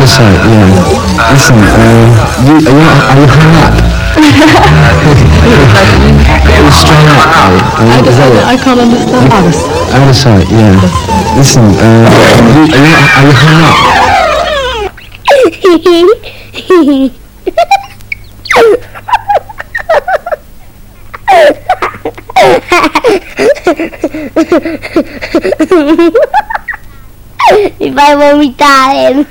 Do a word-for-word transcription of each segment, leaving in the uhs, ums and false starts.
sorry, yeah. Listen, uh, you, are you, are you hung up? You're strung up, are you? Uh, is that it? I can't understand. Out of Out of sight, yeah. Listen, uh, you, are, you, are you hung up? Mi fai vomitare.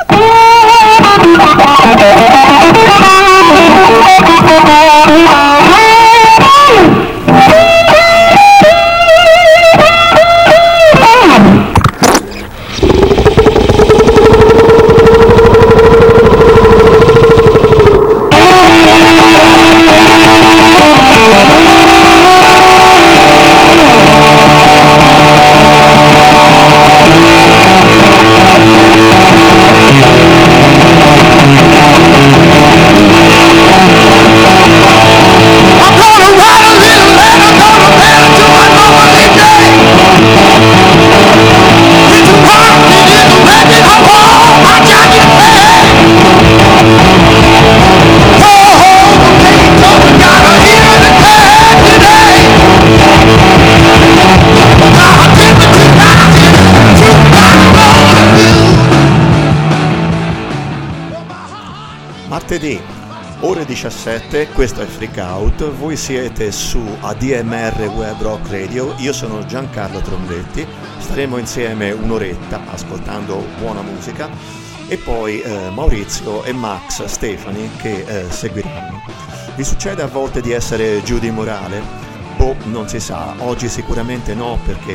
Martedì, ore diciassette, questo è Freak Out, voi siete su A D M R Web Rock Radio, io sono Giancarlo Trombetti, staremo insieme un'oretta ascoltando buona musica e poi eh, Maurizio e Max Stefani che eh, seguiranno. Vi succede a volte di essere giù di morale? Boh, non si sa, oggi sicuramente no perché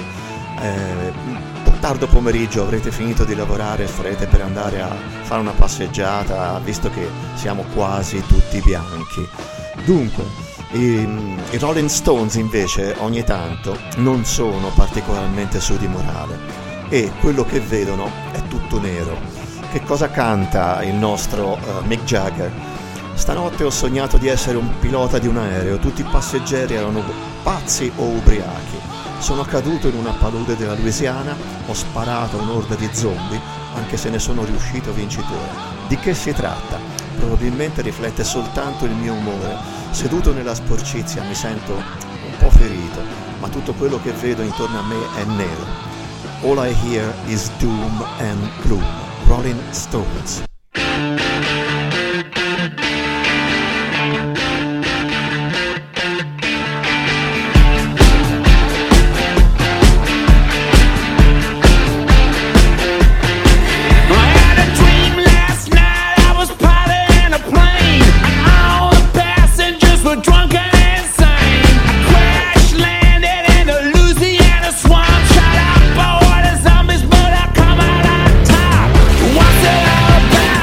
eh, tardo pomeriggio avrete finito di lavorare e starete per andare a fare una passeggiata visto che siamo quasi tutti bianchi. Dunque i, i Rolling Stones invece ogni tanto non sono particolarmente su di morale e quello che vedono è tutto nero. Che cosa canta il nostro uh, Mick Jagger? Stanotte ho sognato di essere un pilota di un aereo, tutti i passeggeri erano pazzi o ubriachi. Sono caduto in una palude della Louisiana, ho sparato a un'orda di zombie, anche se ne sono riuscito vincitore. Di che si tratta? Probabilmente riflette soltanto il mio umore. Seduto nella sporcizia mi sento un po' ferito, ma tutto quello che vedo intorno a me è nero. All I hear is doom and gloom. Rolling Stones. What's it all about?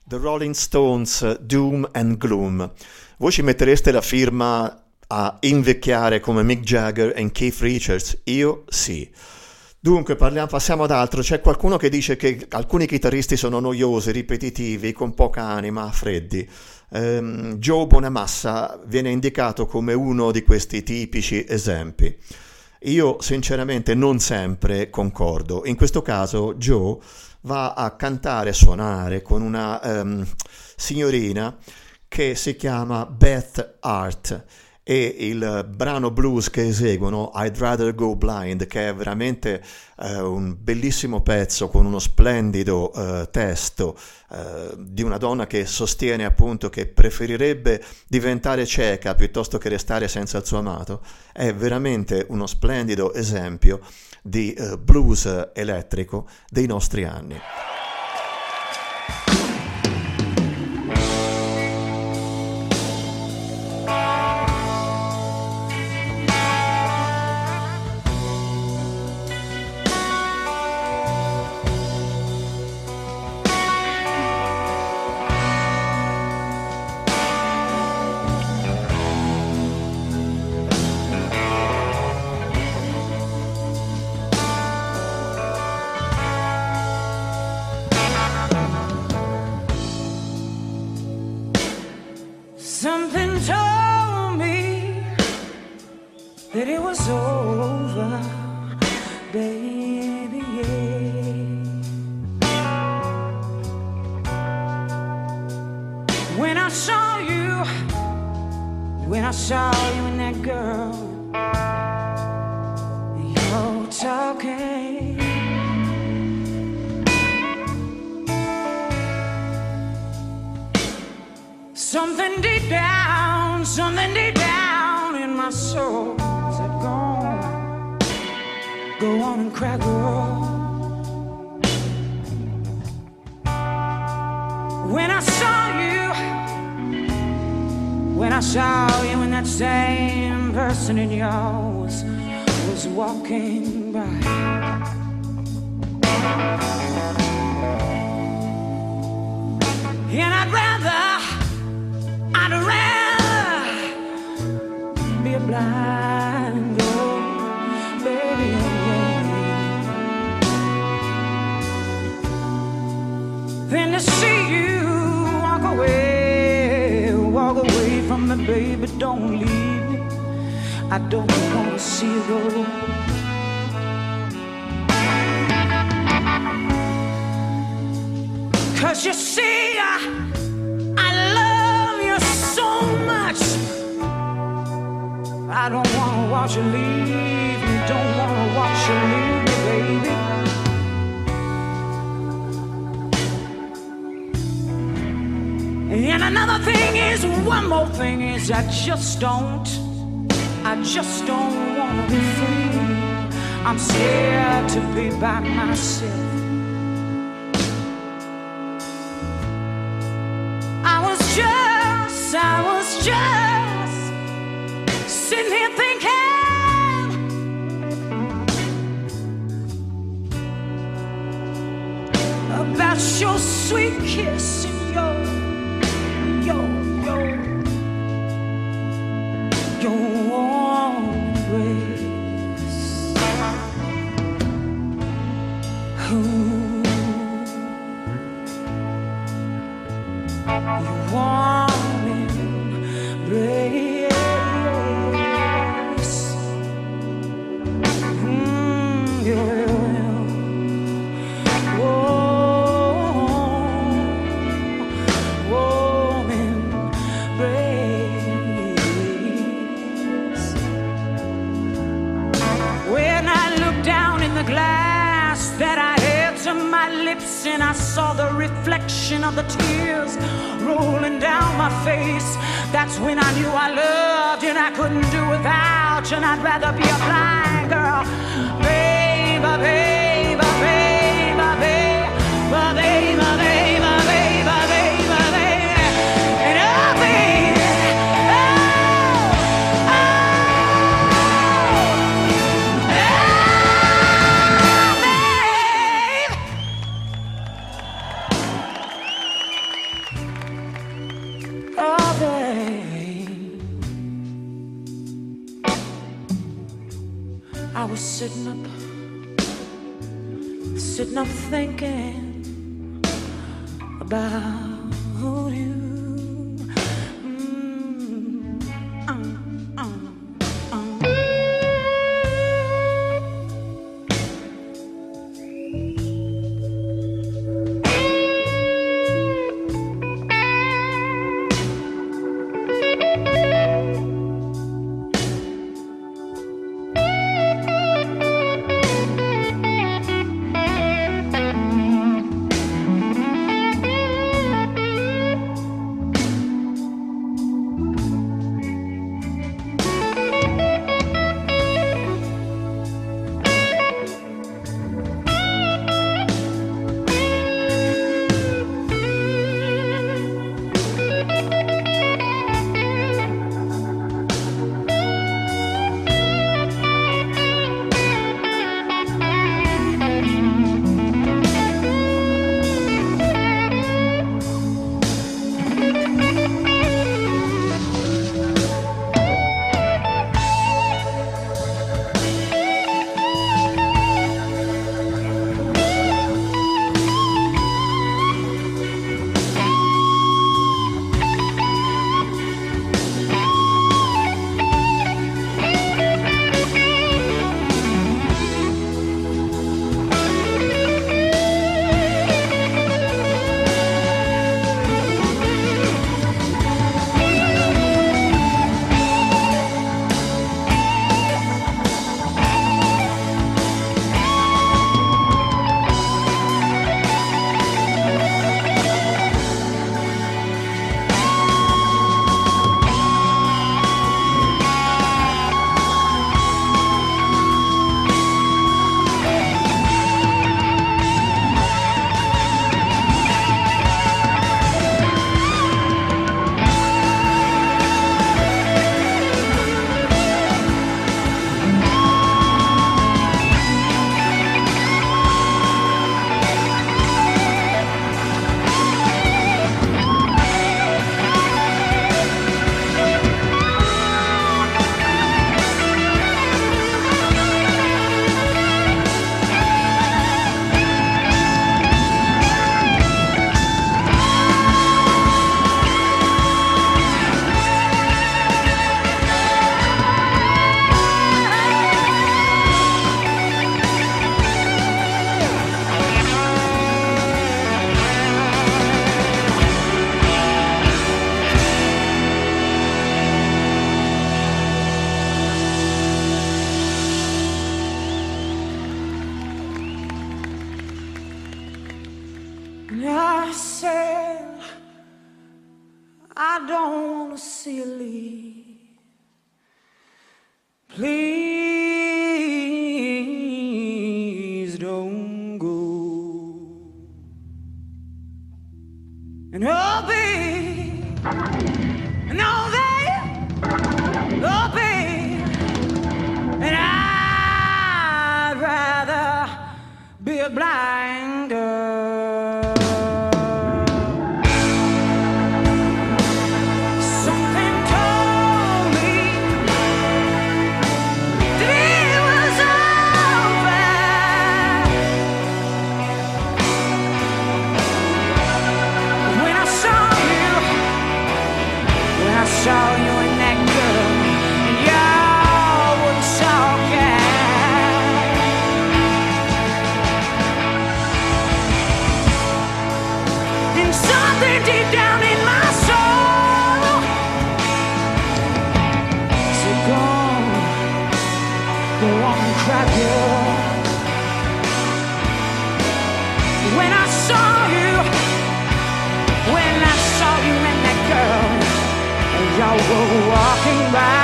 The Rolling Stones, Doom and Gloom. Voi ci mettereste la firma a invecchiare come Mick Jagger e Keith Richards? Io sì. Dunque, parliamo, passiamo ad altro. C'è qualcuno che dice che alcuni chitarristi sono noiosi, ripetitivi, con poca anima, freddi. Um, Joe Bonamassa viene indicato come uno di questi tipici esempi. Io sinceramente non sempre concordo. In questo caso Joe va a cantare e suonare con una um, signorina che si chiama Beth Hart, e il brano blues che eseguono, I'd Rather Go Blind, che è veramente eh, un bellissimo pezzo con uno splendido eh, testo eh, di una donna che sostiene appunto che preferirebbe diventare cieca piuttosto che restare senza il suo amato, è veramente uno splendido esempio di eh, blues elettrico dei nostri anni. Something told me that it was over, baby, yeah. When I saw you, when I saw you and that girl, you're talking. Something deep down, something deep down in my soul said, go on, go on and cry, girl. When I saw you, when I saw you and that same person in yours was walking by, and I'd rather I'd rather be a blind girl, baby, yeah, than to see you walk away, walk away from me, baby, don't leave me. I don't want to see you go. Cause you see, I I don't wanna watch you leave me, don't wanna watch you leave me, baby. And another thing is, one more thing is, I just don't, I just don't wanna be free. I'm scared to be by myself. I was just, I was just sitting here thinking about your sweet kiss and your, your, your, your warm embrace. Ooh, your warm embrace. And I saw the reflection of the tears rolling down my face. That's when I knew I loved you and I couldn't do without you. And I'd rather be a blind girl, baby, baby, baby, baby, baby, baby, baby, baby, baby, and oh, baby, oh, oh, oh, baby. was sitting up, sitting up thinking about you. Mm, um, um, um. I said I don't want to see you leave. Please don't go. And oh, babe, no, babe, oh, babe, and I'd rather be a blind girl. Saw you and that girl, and y'all wouldn't talk and something deep down in my soul said, go on, go on and cry, girl. When I saw you, when I saw you and that girl, y'all were walking by,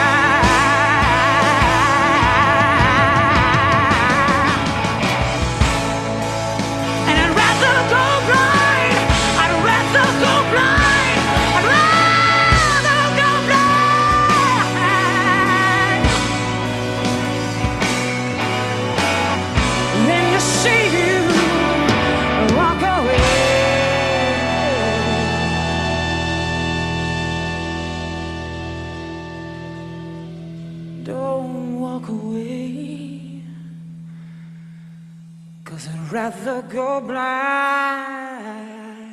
and I'd rather go blind, I'd rather go blind, I'd rather go blind than to see you walk away. rather go blind.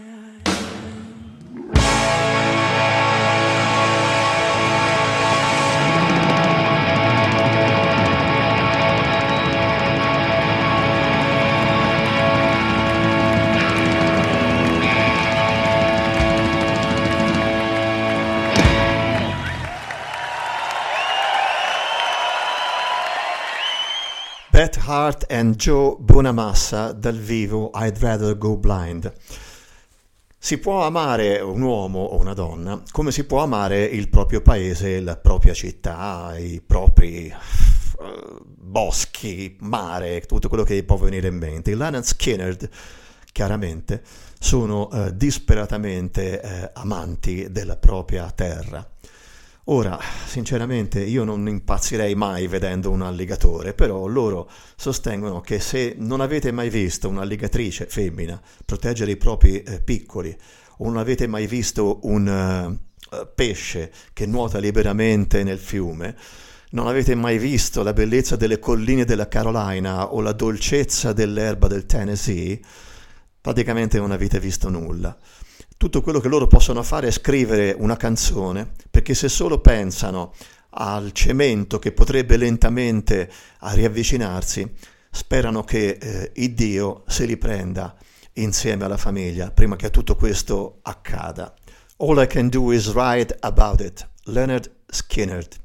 Bret Hart and Joe Bonamassa dal vivo I'd Rather Go Blind. Si può amare un uomo o una donna come si può amare il proprio paese, la propria città, i propri uh, boschi, mare, tutto quello che può venire in mente. I Lynyrd Skynyrd chiaramente sono uh, disperatamente uh, amanti della propria terra. Ora, sinceramente, io non impazzirei mai vedendo un alligatore, però loro sostengono che se non avete mai visto un'alligatrice femmina proteggere i propri eh, piccoli, o non avete mai visto un uh, pesce che nuota liberamente nel fiume, non avete mai visto la bellezza delle colline della Carolina o la dolcezza dell'erba del Tennessee, praticamente non avete visto nulla. Tutto quello che loro possono fare è scrivere una canzone, perché se solo pensano al cemento che potrebbe lentamente riavvicinarsi, sperano che eh, il Dio se li prenda insieme alla famiglia prima che tutto questo accada. All I can do is write about it. Lynyrd Skynyrd.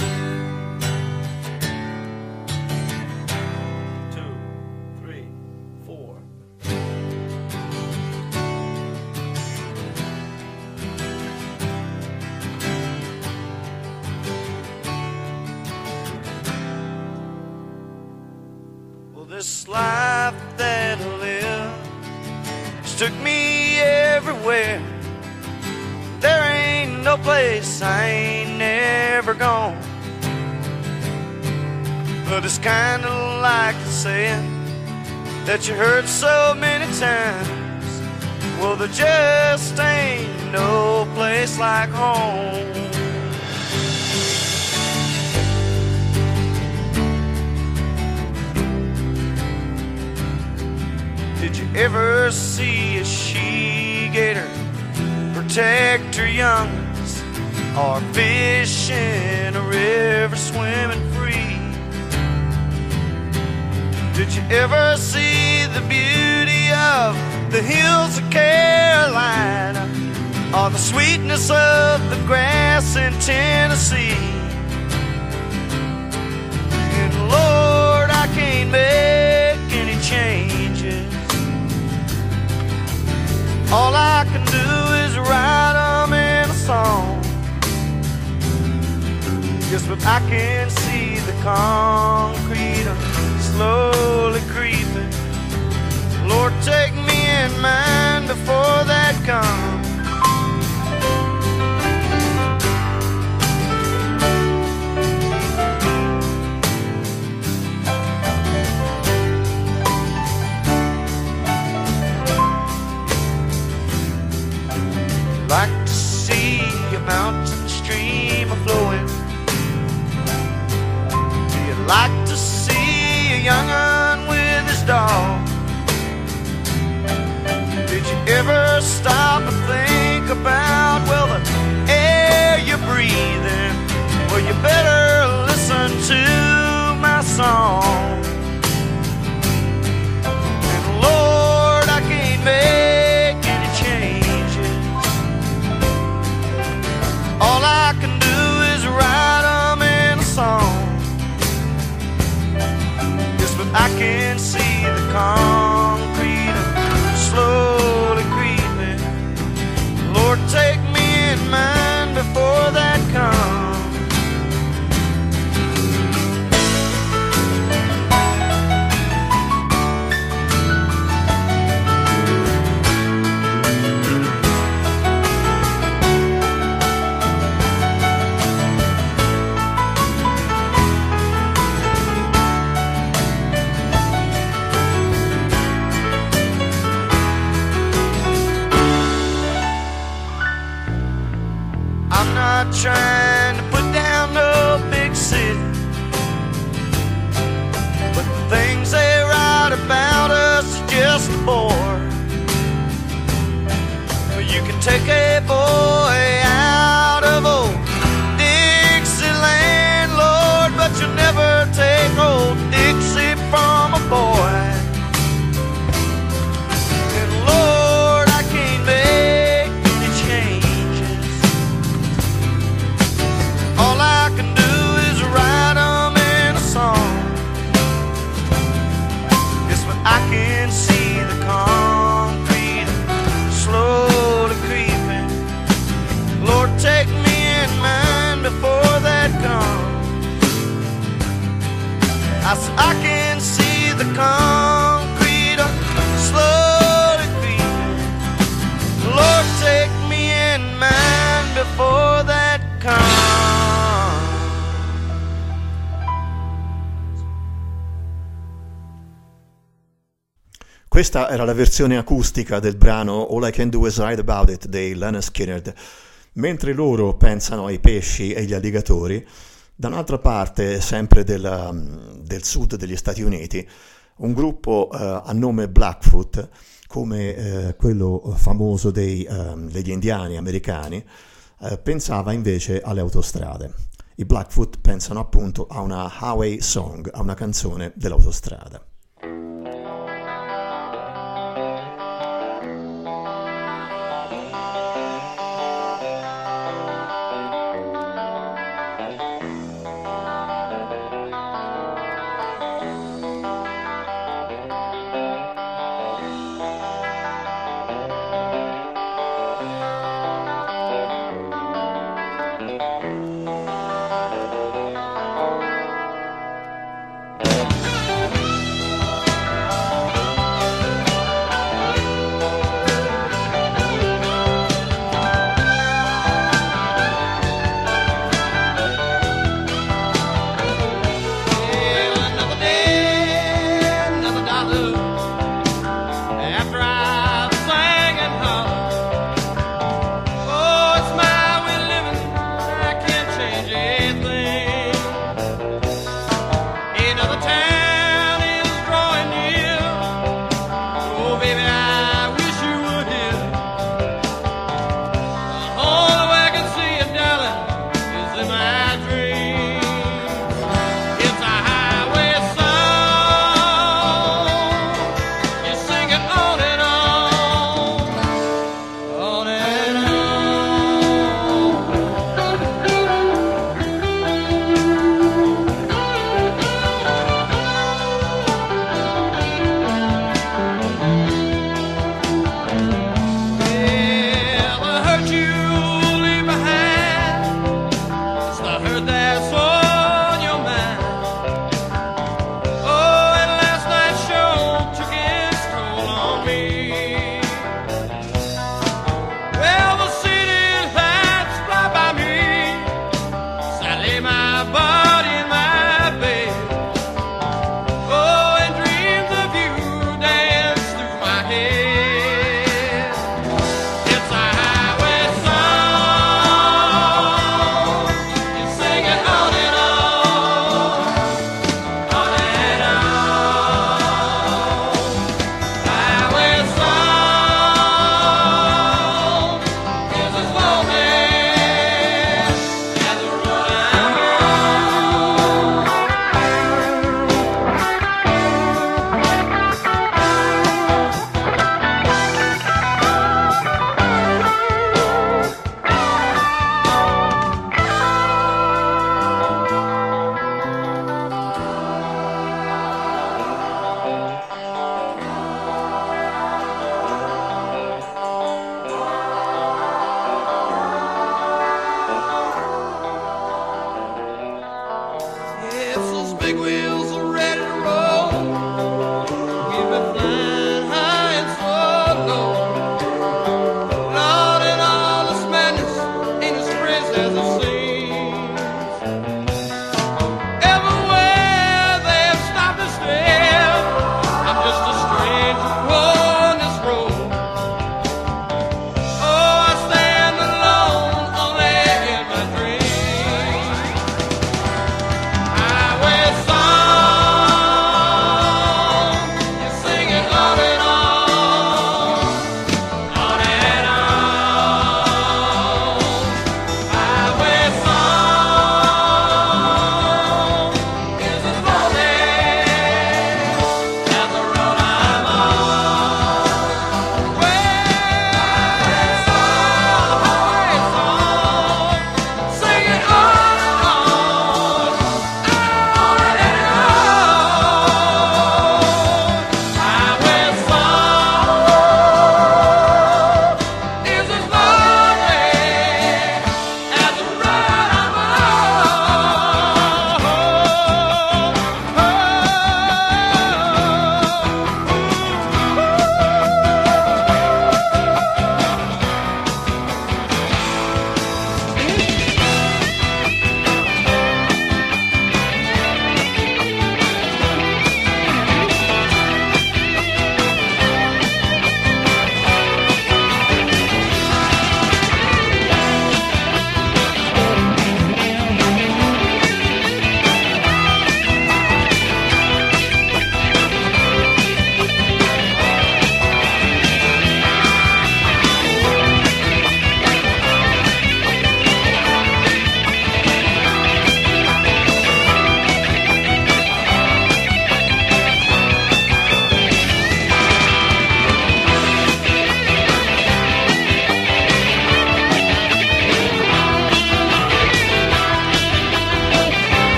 This life that I live has took me everywhere. There ain't no place I ain't never gone. But it's kinda like the saying that you heard so many times. Well, there just ain't no place like home. Did you ever see a she-gator protect her youngs, or fish in a river swimming free? Did you ever see the beauty of the hills of Carolina, or the sweetness of the grass in Tennessee? And Lord, I can't make any changes. All I can do is write them in a song. Yes, but I can see the concrete slowly creeping. Lord, take me in mind before that comes. Like to see a mountain stream a-flowing? Do you like to see a young'un with his dog? Did you ever stop and think about, well, the air you're breathing? Well, you better listen to my song. And Lord, I can't make any changes. All I can do is write them in a song. Yes, but I can see the concrete slowly creeping. Lord, take me in mind before that comes. Not trying to put down no big city, but the things they write about us are just before. You can take a boy out of old Dixieland, Lord, but you'll never take old Dixie from a boy. And Lord, I can't make any changes. All I can do is write them in a song. Yes, but I can see the concrete slowly creeping. Lord, take me in mind before that comes. I, s- I can see the concrete slowly creeping. Lord, take me in mind before that comes. Questa era la versione acustica del brano All I Can Do Is Write About It dei Lynyrd Skynyrd. Mentre loro pensano ai pesci e agli alligatori, da un'altra parte, sempre della, del sud degli Stati Uniti, un gruppo eh, a nome Blackfoot, come eh, quello famoso dei, eh, degli indiani americani, eh, pensava invece alle autostrade. I Blackfoot pensano appunto a una highway song, a una canzone dell'autostrada. On and on.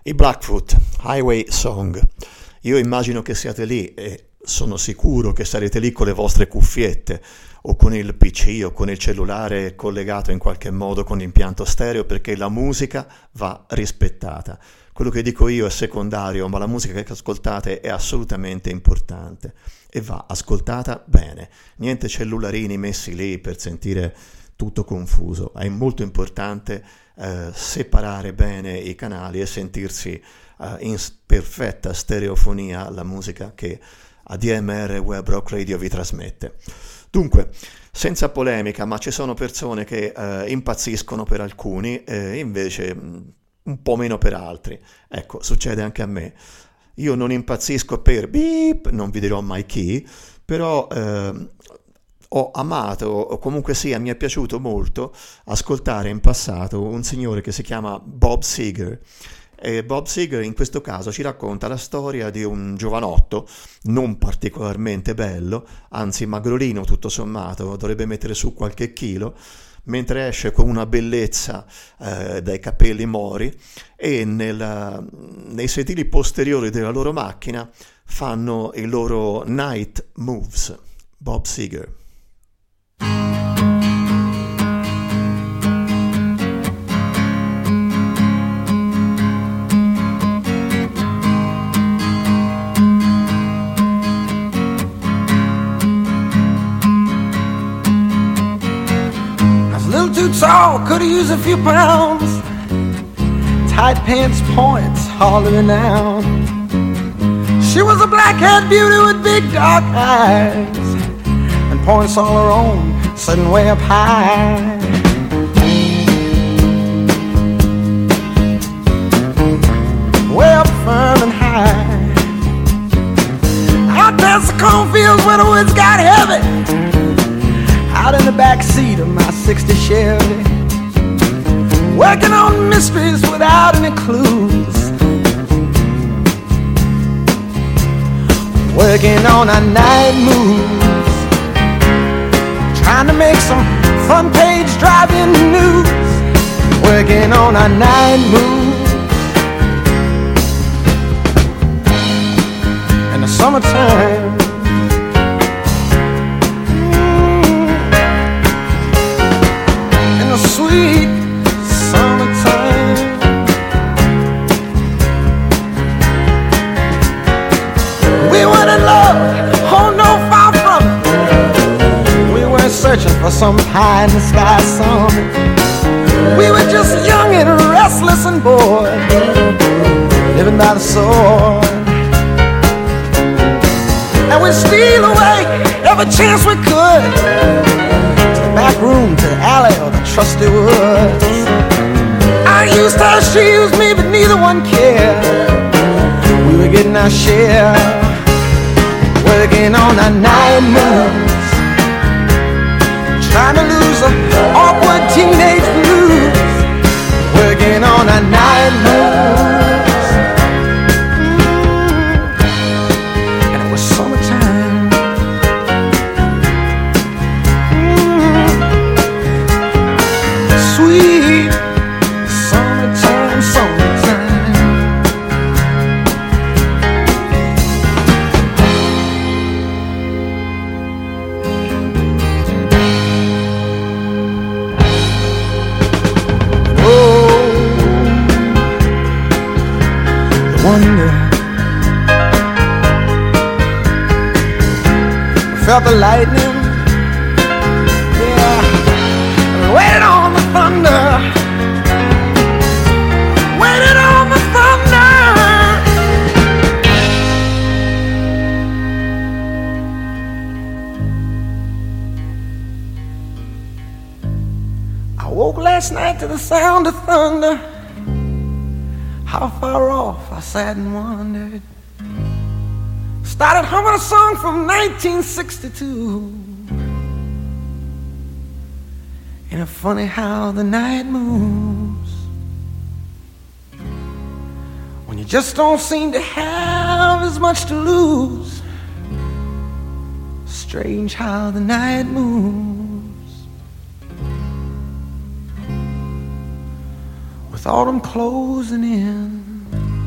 I Blackfoot, Highway Song. Io immagino che siate lì e sono sicuro che sarete lì con le vostre cuffiette o con il P C o con il cellulare collegato in qualche modo con l'impianto stereo, perché la musica va rispettata. Quello che dico io è secondario, ma la musica che ascoltate è assolutamente importante e va ascoltata bene. Niente cellularini messi lì per sentire tutto confuso. È molto importante eh, separare bene i canali e sentirsi eh, in perfetta stereofonia la musica che A D M R Web Rock Radio vi trasmette. Dunque, senza polemica, ma ci sono persone che eh, impazziscono per alcuni e invece mh, un po' meno per altri. Ecco, succede anche a me. Io non impazzisco per beep, non vi dirò mai chi, però eh, ho amato, o comunque sia, mi è piaciuto molto ascoltare in passato un signore che si chiama Bob Seger. E Bob Seger in questo caso ci racconta la storia di un giovanotto non particolarmente bello, anzi magrolino tutto sommato, dovrebbe mettere su qualche chilo, mentre esce con una bellezza eh, dai capelli mori e nel, nei sedili posteriori della loro macchina fanno i loro night moves. Bob Seger. Too tall, could use a few pounds. Tight pants points, hollering out. She was a black-haired beauty with big dark eyes and points all her own, sitting way up high. Way up firm and high. Out past the cornfields where the woods got heavy. Out in the back seat of my sixty Chevy, working on mysteries without any clues, working on our night moves, trying to make some front page driving news, working on our night moves. In the summertime, sweet summertime. We weren't in love, oh no, far from it. We weren't searching for some pie in the sky summit. We were just young and restless and bored, living by the sword. And we'd steal away every chance we could, back room to the alley or the trusty woods. I used her, she used me, but neither one cared. We were getting our share, working on our night moves, trying to lose the awkward teenage blues, working on our night moves. Mm. And it was summertime. Sweet summertime, summertime. Oh, the wonder. We felt the lightning. Waited on the thunder, waited on the thunder. I woke last night to the sound of thunder. How far off I sat and wondered. Started humming a song from nineteen sixty-two. And it's funny how the night moves when you just don't seem to have as much to lose. Strange how the night moves with autumn closing in.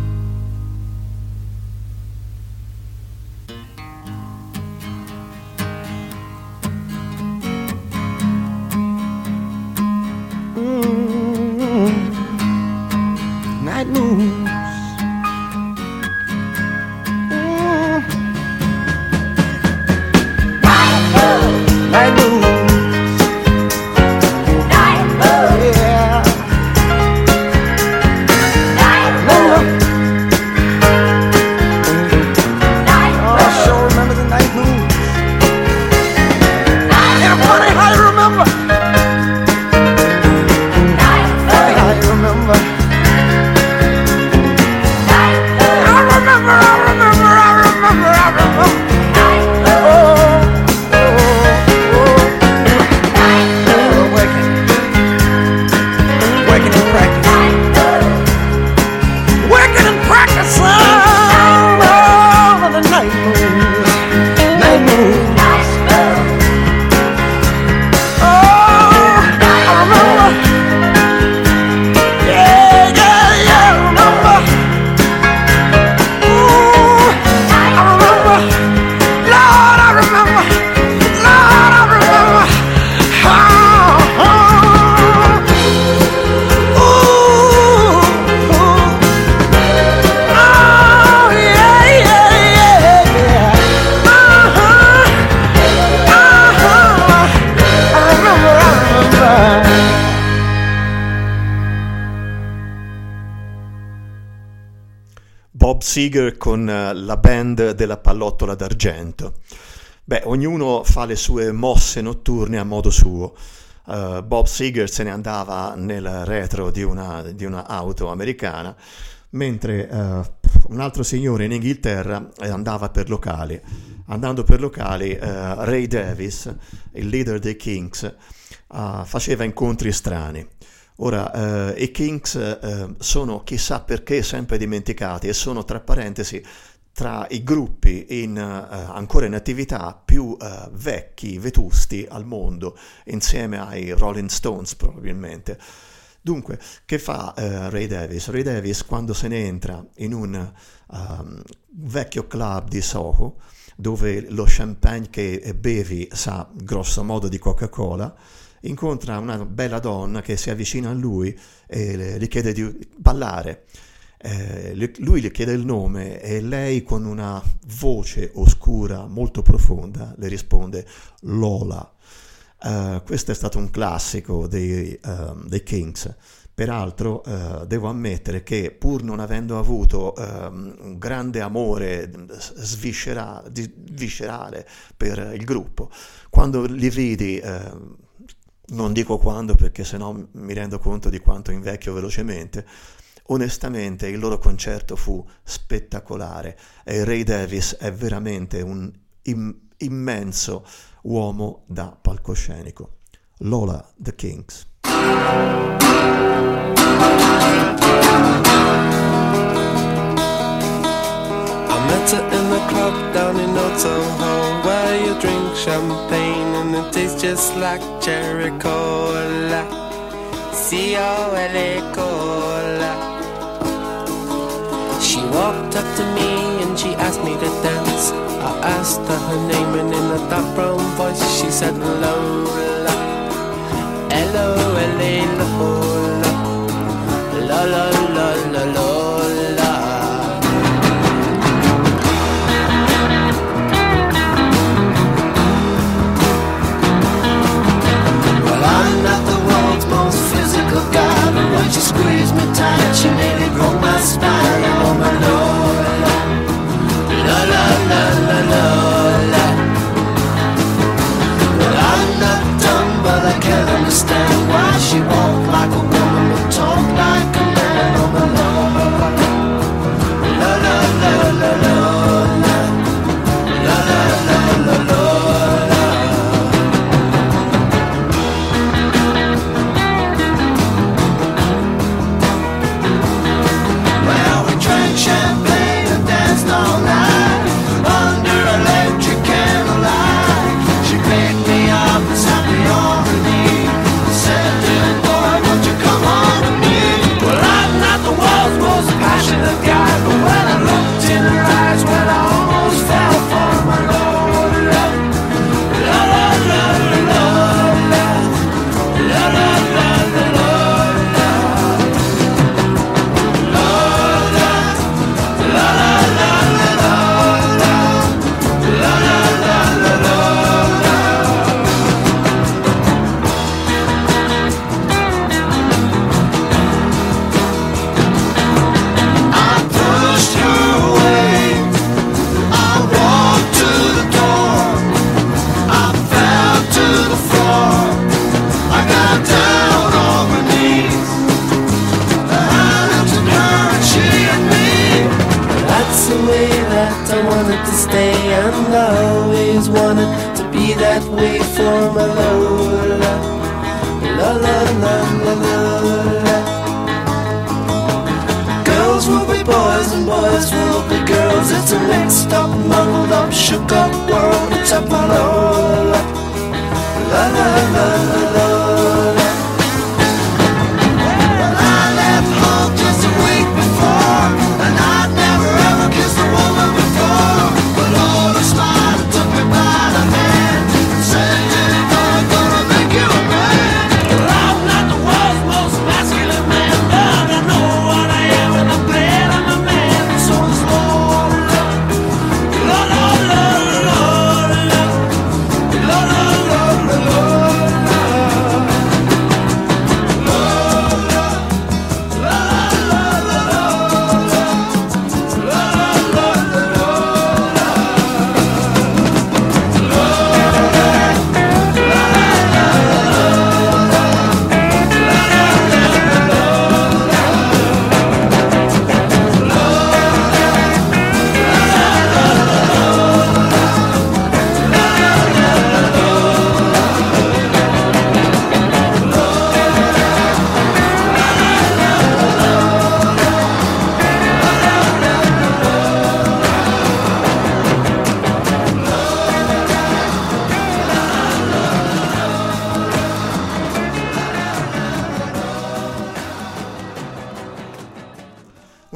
Bob Seger con la band della pallottola d'argento. Beh, ognuno fa le sue mosse notturne a modo suo. Uh, Bob Seger se ne andava nel retro di una, di una auto americana, mentre uh, un altro signore in Inghilterra andava per locali. Andando per locali, uh, Ray Davies, il leader dei Kinks, uh, faceva incontri strani. Ora, uh, i Kinks uh, sono chissà perché sempre dimenticati e sono, tra parentesi, tra i gruppi in, uh, ancora in attività più uh, vecchi, vetusti al mondo, insieme ai Rolling Stones probabilmente. Dunque, che fa uh, Ray Davies? Ray Davies, quando se ne entra in un um, vecchio club di Soho, dove lo champagne che bevi sa grosso modo di Coca-Cola, incontra una bella donna che si avvicina a lui e gli chiede di ballare. Eh, lui le chiede il nome e lei, con una voce oscura molto profonda, le risponde Lola. Uh, questo è stato un classico dei, uh, dei Kinks. Peraltro uh, devo ammettere che, pur non avendo avuto uh, un grande amore sviscera- viscerale per il gruppo, quando li vidi, uh, non dico quando perché sennò mi rendo conto di quanto invecchio velocemente, onestamente il loro concerto fu spettacolare e Ray Davies è veramente un im- immenso uomo da palcoscenico. Lola, The Kinks. I met her in the club down in Old Soho, where you drink champagne and it tastes just like cherry cola. C O L A cola. She walked up to me and she asked me to dance. I asked her her name and in a dark brown voice she said Lola. L O L A Lola. La la la la Lola. Well, I'm not the world's most physical guy, but when she squeezed me tight she nearly broke my spine. Oh my Lola, la la la la Lola. Well, I'm not dumb, but I can't understand why she walked like a woman but talked like a man. Oh my Lola, la la la la Lola, la la la la Lola. Well, we drank champagne and danced all night under electric candlelight. She picked me up and sat me on her knee and said, "Little boy, won't you come on to me?" Well, I'm not the world's most passionate guy, but when I looked in her eyes, well, I almost fell for my Lola. La la la la Lola. La la la la Lola. Lola. La la la la Lola. La la la la Lola. I pushed her away. I walked to the door. I fell to the floor. I got down on my knees. I looked at her and she at me. That's the way that I wanted to stay, and I always wanted to be that way for my Lola. La la la la Lola. Girls will be boys and boys will be girls. It's a mixed up, muddled up, shook up world. Except my Lola. La la la la Lola. Well, I left home just a week before, and I'd never ever kissed a woman before. But Lola smiled and took me by the hand and said, "Little boy, I'm gonna make you a man." Well, I'm not the world's most masculine man, but I know what I am and I'm glad I'm a man. So is Lola. La la la la Lola.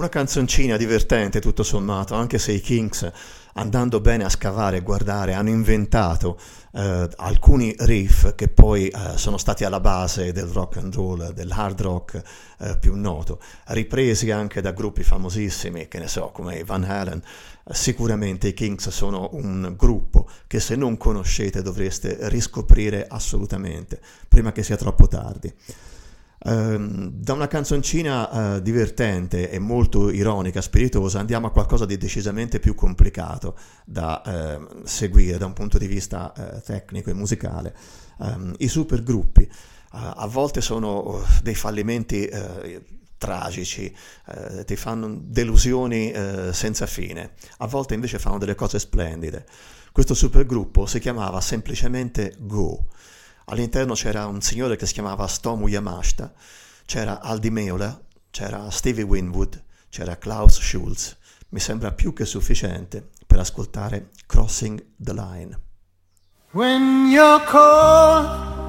Una canzoncina divertente tutto sommato, anche se i Kinks, andando bene a scavare e guardare, hanno inventato eh, alcuni riff che poi eh, sono stati alla base del rock and roll, del hard rock eh, più noto, ripresi anche da gruppi famosissimi, che ne so, come i Van Halen. Sicuramente i Kinks sono un gruppo che se non conoscete dovreste riscoprire assolutamente, prima che sia troppo tardi. Uh, da una canzoncina uh, divertente e molto ironica, spiritosa, andiamo a qualcosa di decisamente più complicato da uh, seguire da un punto di vista uh, tecnico e musicale. Um, I supergruppi uh, a volte sono uh, dei fallimenti uh, tragici, uh, ti fanno delusioni uh, senza fine, a volte invece fanno delle cose splendide. Questo supergruppo si chiamava semplicemente Go. All'interno c'era un signore che si chiamava Stomu Yamashita, c'era Al Di Meola, c'era Stevie Winwood, c'era Klaus Schulze. Mi sembra più che sufficiente per ascoltare Crossing the Line. When you're caught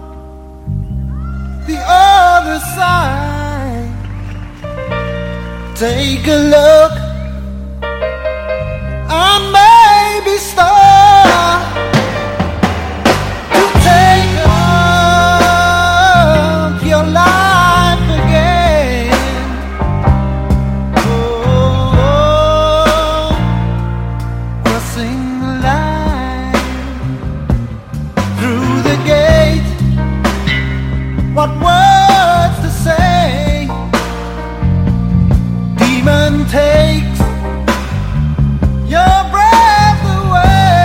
the other side, take a look and maybe start your life again. Oh, crossing the line through the gate. What words to say? Demon takes your breath away.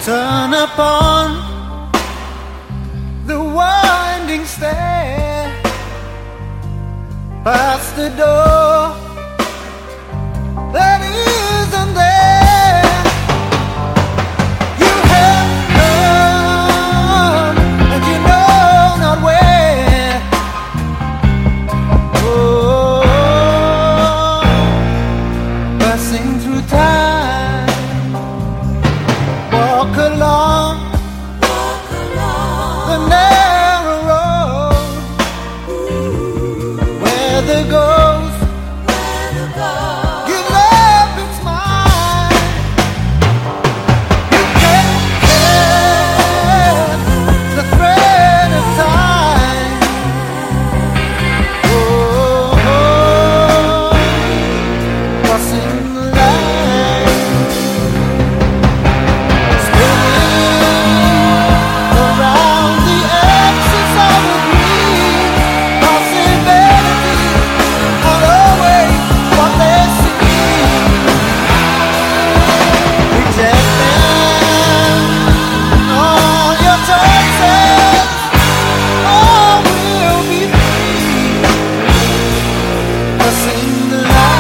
turn upon the winding stair, past the door that isn't there. You have come and you know not where. Oh, passing through time, walk along, walk along the narrow road, where the ghost, where the ghost gives up its mind. You can't catch the thread of time. Oh, oh, crossing the line, around the axis of a dream. Possibilities are always what they seem. Rejecting all your choices, all will be free. Crossing the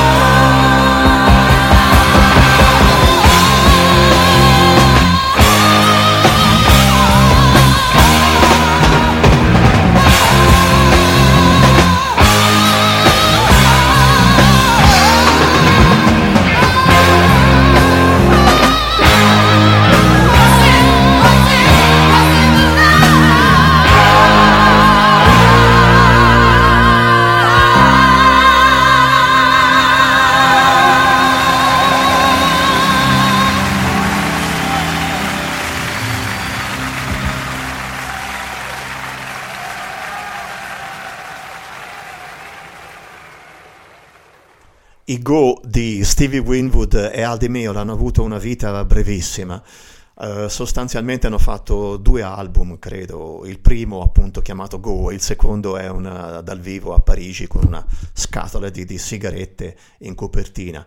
I Go di Stevie Winwood e Al Di Meola hanno avuto una vita brevissima. Uh, sostanzialmente hanno fatto due album, credo. Il primo appunto chiamato Go, e il secondo è una, dal vivo a Parigi con una scatola di, di sigarette in copertina.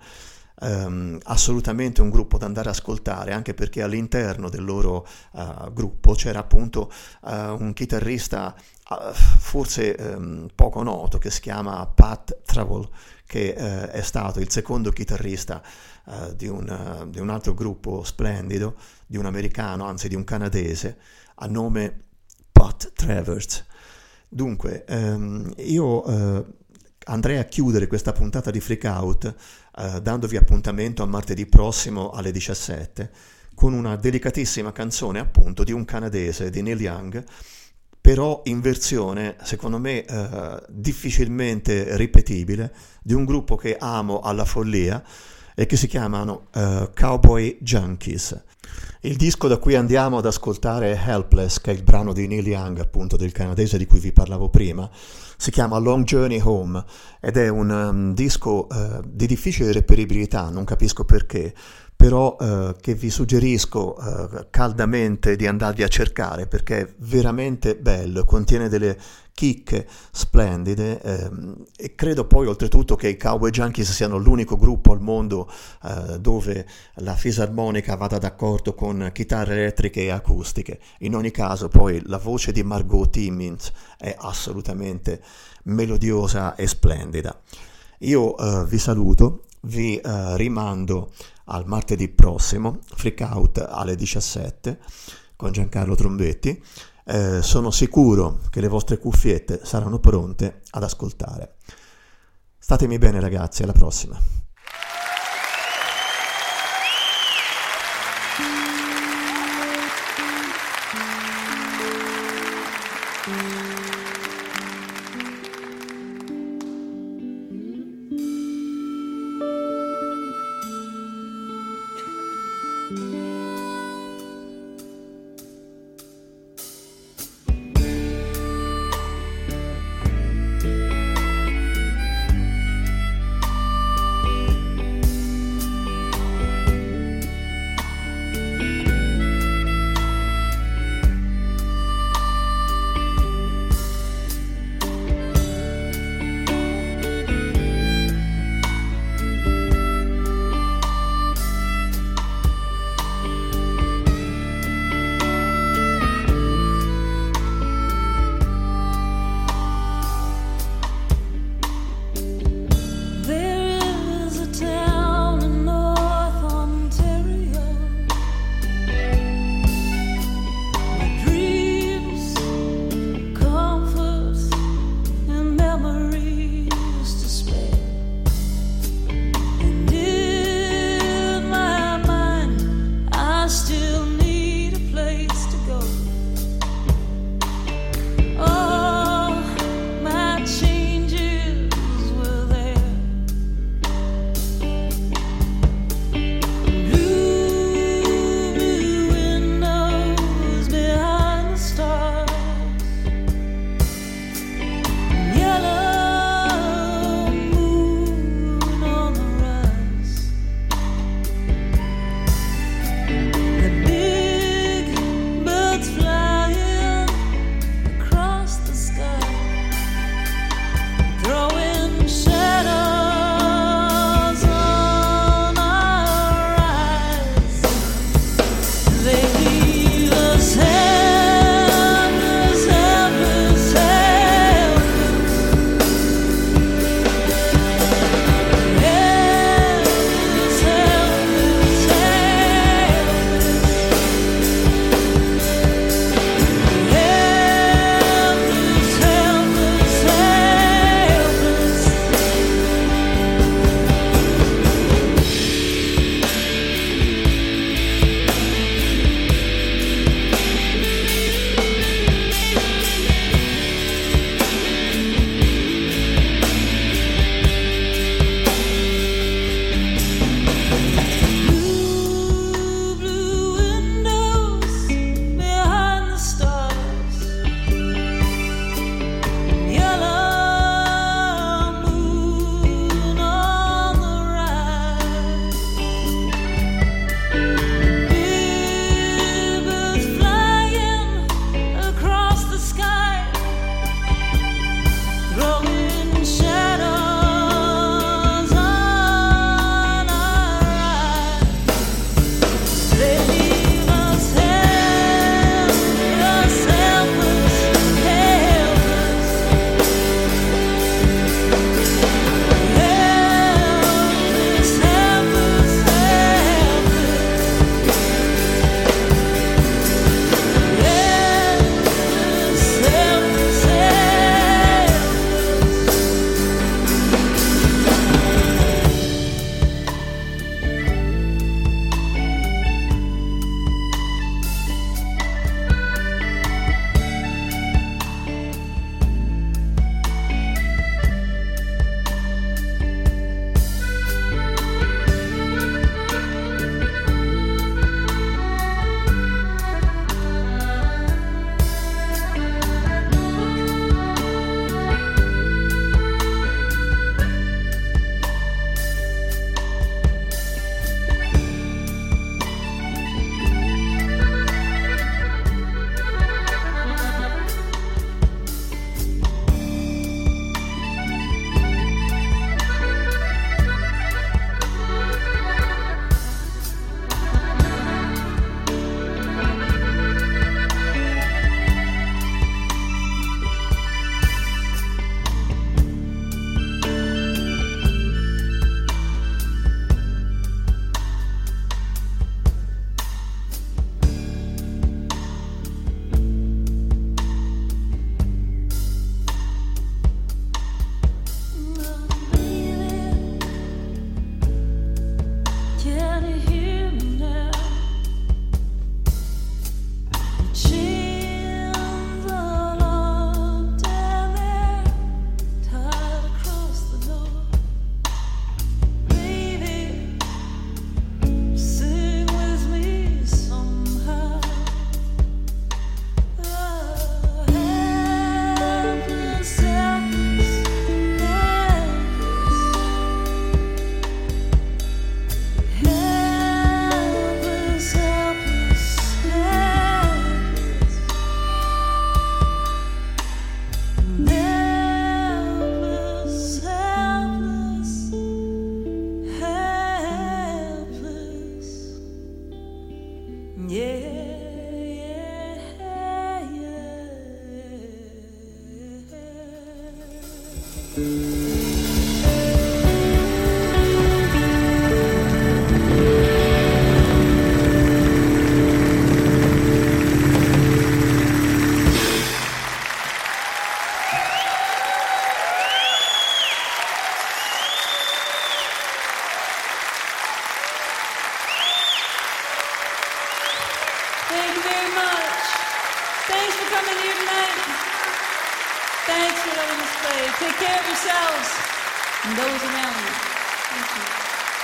Um, assolutamente un gruppo da andare a ascoltare, anche perché all'interno del loro uh, gruppo c'era appunto uh, un chitarrista uh, forse um, poco noto, che si chiama Pat Travell, che uh, è stato il secondo chitarrista uh, di, un, uh, di un altro gruppo splendido, di un americano, anzi di un canadese, a nome Pat Travers. Dunque, um, io uh, andrei a chiudere questa puntata di Freak Out uh, dandovi appuntamento a martedì prossimo alle diciassette con una delicatissima canzone appunto di un canadese, di Neil Young, però in versione secondo me uh, difficilmente ripetibile, di un gruppo che amo alla follia e che si chiamano uh, Cowboy Junkies. Il disco da cui andiamo ad ascoltare è Helpless, che è il brano di Neil Young, appunto del canadese di cui vi parlavo prima. Si chiama Long Journey Home ed è un um, disco uh, di difficile reperibilità, non capisco perché, però uh, che vi suggerisco uh, caldamente di andarvi a cercare, perché è veramente bello, contiene delle chicche splendide ehm, e credo poi oltretutto che i Cowboy Junkies siano l'unico gruppo al mondo eh, dove la fisarmonica vada d'accordo con chitarre elettriche e acustiche. In ogni caso poi la voce di Margot Timmins è assolutamente melodiosa e splendida. Io eh, vi saluto, vi eh, rimando al martedì prossimo, Freak Out alle diciassette con Giancarlo Trombetti. Eh, sono sicuro che le vostre cuffiette saranno pronte ad ascoltare. Statemi bene ragazzi, alla prossima. Thank you very much. Thanks for coming here tonight. Thanks for letting us play. Take care of yourselves and those around you. Thank you.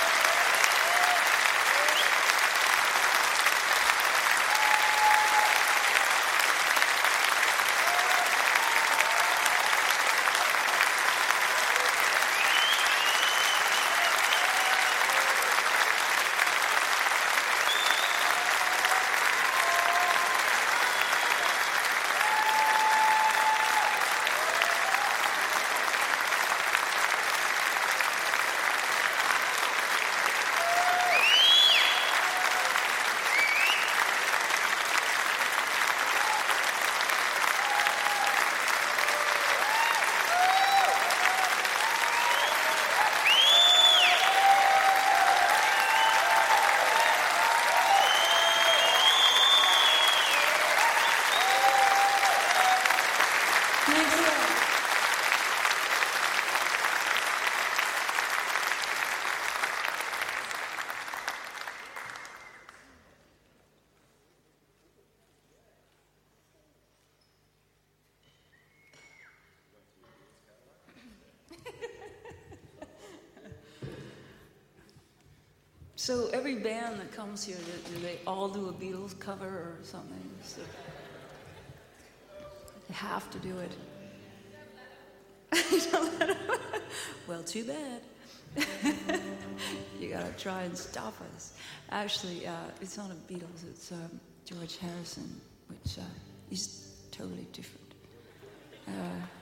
So every band that comes here, do, do they all do a Beatles cover or something? So they have to do it. Well, too bad. You gotta try and stop us. Actually, uh, it's not a Beatles, it's um, George Harrison, which uh, is totally different. Uh,